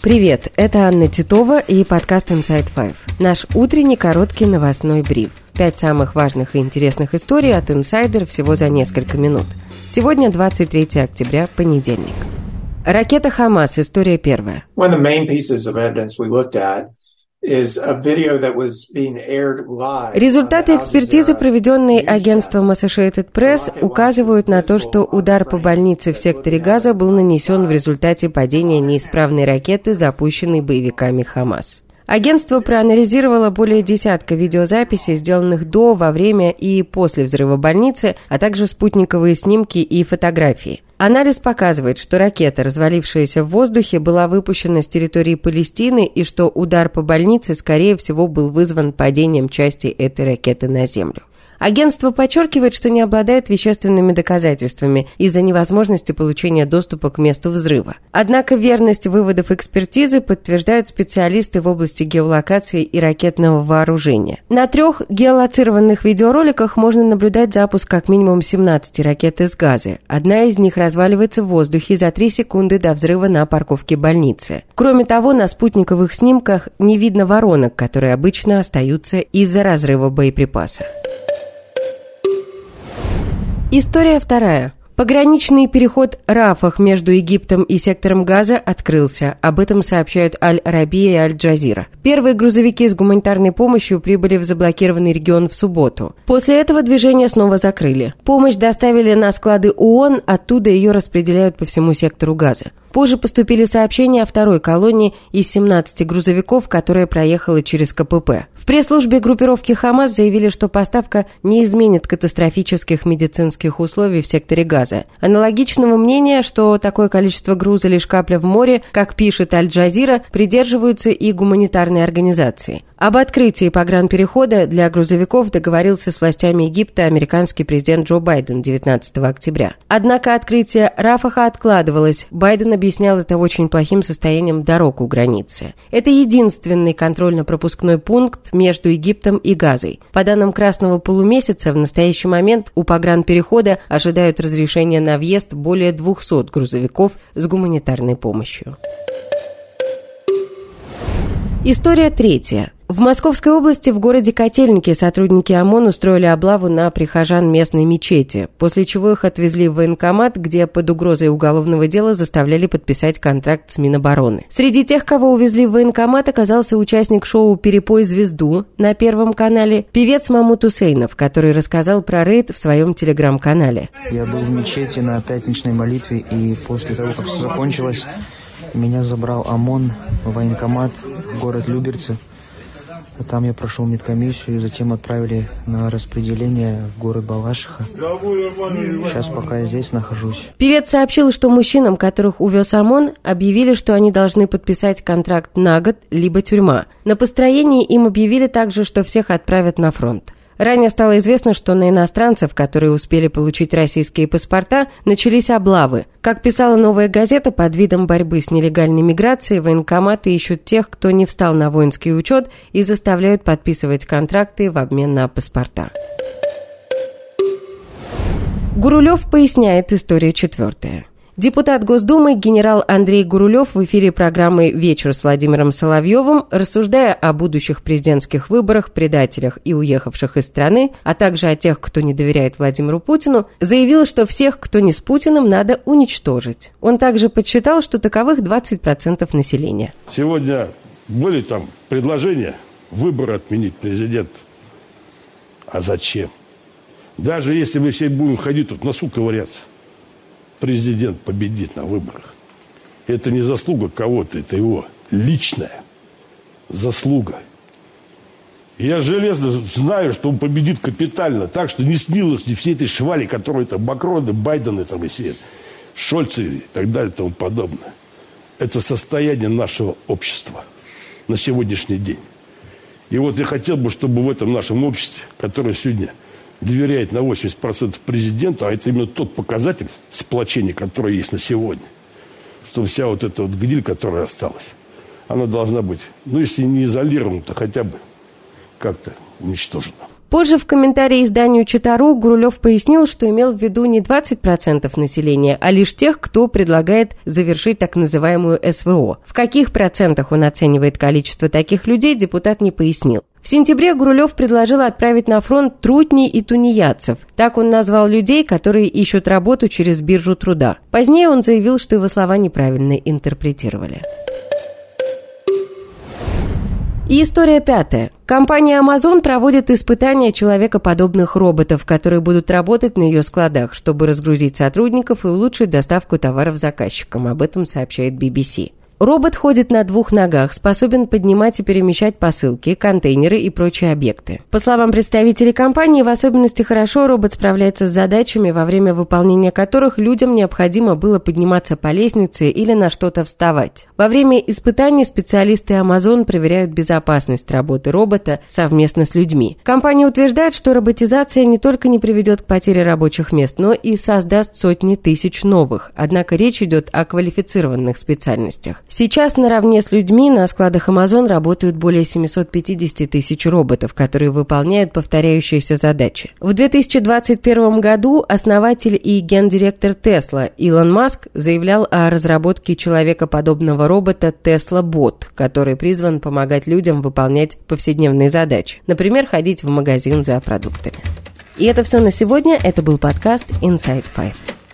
Привет, это Анна Титова и подкаст Inside Five. Наш утренний короткий новостной бриф. 5 самых важных и интересных историй от инсайдера всего за несколько минут. Сегодня 23 октября, понедельник. Ракета «Хамас». История первая. Результаты экспертизы, проведенной агентством Associated Press, указывают на то, что удар по больнице в секторе Газа был нанесен в результате падения неисправной ракеты, запущенной боевиками «Хамас». Агентство проанализировало более десятка видеозаписей, сделанных до, во время и после взрыва больницы, а также спутниковые снимки и фотографии. Анализ показывает, что ракета, развалившаяся в воздухе, была выпущена с территории Палестины и что удар по больнице, скорее всего, был вызван падением части этой ракеты на землю. Агентство подчеркивает, что не обладает вещественными доказательствами из-за невозможности получения доступа к месту взрыва. Однако верность выводов экспертизы подтверждают специалисты в области геолокации и ракетного вооружения. На 3 геолоцированных видеороликах можно наблюдать запуск как минимум 17 ракет из Газы. Одна из них разваливается в воздухе за 3 секунды до взрыва на парковке больницы. Кроме того, на спутниковых снимках не видно воронок, которые обычно остаются из-за разрыва боеприпаса. История вторая. Пограничный переход Рафах между Египтом и сектором Газа открылся. Об этом сообщают Аль-Арабия и Аль-Джазира. Первые грузовики с гуманитарной помощью прибыли в заблокированный регион в субботу. После этого движение снова закрыли. Помощь доставили на склады ООН, оттуда ее распределяют по всему сектору Газа. Позже поступили сообщения о второй колонии из 17 грузовиков, которая проехала через КПП. В пресс-службе группировки «Хамас» заявили, что поставка не изменит катастрофических медицинских условий в секторе Газа. Аналогичного мнения, что такое количество груза лишь капля в море, как пишет Аль-Джазира, придерживаются и гуманитарные организации. Об открытии погранперехода для грузовиков договорился с властями Египта американский президент Джо Байден 19 октября. Однако открытие Рафаха откладывалось. Байден объяснял это очень плохим состоянием дорог у границы. Это единственный контрольно-пропускной пункт между Египтом и Газой. По данным Красного полумесяца, в настоящий момент у погранперехода ожидают разрешения на въезд более 200 грузовиков с гуманитарной помощью. История третья. В Московской области в городе Котельники сотрудники ОМОН устроили облаву на прихожан местной мечети, после чего их отвезли в военкомат, где под угрозой уголовного дела заставляли подписать контракт с Минобороны. Среди тех, кого увезли в военкомат, оказался участник шоу «Перепой звезду» на Первом канале, певец Мамут Усейнов, который рассказал про рейд в своем телеграм-канале. Я был в мечети на пятничной молитве, и после того, как все закончилось, меня забрал ОМОН в военкомат в город Люберцы. Там я прошел медкомиссию, затем отправили на распределение в город Балашиха. Сейчас пока я здесь нахожусь. Певец сообщил, что мужчинам, которых увез ОМОН, объявили, что они должны подписать контракт на год, либо тюрьма. На построении им объявили также, что всех отправят на фронт. Ранее стало известно, что на иностранцев, которые успели получить российские паспорта, начались облавы. Как писала «Новая газета», под видом борьбы с нелегальной миграцией военкоматы ищут тех, кто не встал на воинский учет, и заставляют подписывать контракты в обмен на паспорта. Гурулев поясняет, история четвертая. Депутат Госдумы генерал Андрей Гурулев в эфире программы «Вечер с Владимиром Соловьевым», рассуждая о будущих президентских выборах, предателях и уехавших из страны, а также о тех, кто не доверяет Владимиру Путину, заявил, что всех, кто не с Путиным, надо уничтожить. Он также подсчитал, что таковых 20% населения. Сегодня были там предложения выборы отменить президента. А зачем? Даже если мы все будем ходить тут носу ковыряться, президент победит на выборах. Это не заслуга кого-то, это его личная заслуга. И я железно знаю, что он победит капитально, так что не снилось ни всей этой швали, которую там Макроны, Байдены, там и все, Шольцы и так далее и тому подобное. Это состояние нашего общества на сегодняшний день. И вот я хотел бы, чтобы в этом нашем обществе, которое сегодня доверяет на 80% президенту, а это именно тот показатель сплочения, который есть на сегодня, что вся вот эта вот гниль, которая осталась, она должна быть, ну, если не изолирована, то хотя бы как-то уничтожена. Позже в комментарии изданию Чита.ру Гурулев пояснил, что имел в виду не 20% населения, а лишь тех, кто предлагает завершить так называемую СВО. В каких процентах он оценивает количество таких людей, депутат не пояснил. В сентябре Гурулев предложил отправить на фронт трутней и тунеядцев. Так он назвал людей, которые ищут работу через биржу труда. Позднее он заявил, что его слова неправильно интерпретировали. И история пятая. Компания Amazon проводит испытания человекоподобных роботов, которые будут работать на ее складах, чтобы разгрузить сотрудников и улучшить доставку товаров заказчикам. Об этом сообщает BBC. Робот ходит на 2 ногах, способен поднимать и перемещать посылки, контейнеры и прочие объекты. По словам представителей компании, в особенности хорошо робот справляется с задачами, во время выполнения которых людям необходимо было подниматься по лестнице или на что-то вставать. Во время испытаний специалисты Amazon проверяют безопасность работы робота совместно с людьми. Компания утверждает, что роботизация не только не приведет к потере рабочих мест, но и создаст сотни тысяч новых. Однако речь идет о квалифицированных специальностях. Сейчас наравне с людьми на складах Amazon работают более 750 тысяч роботов, которые выполняют повторяющиеся задачи. В 2021 году основатель и гендиректор Tesla Илон Маск заявлял о разработке человекоподобного робота Tesla Bot, который призван помогать людям выполнять повседневные задачи, например, ходить в магазин за продуктами. И это все на сегодня. Это был подкаст Inside Five.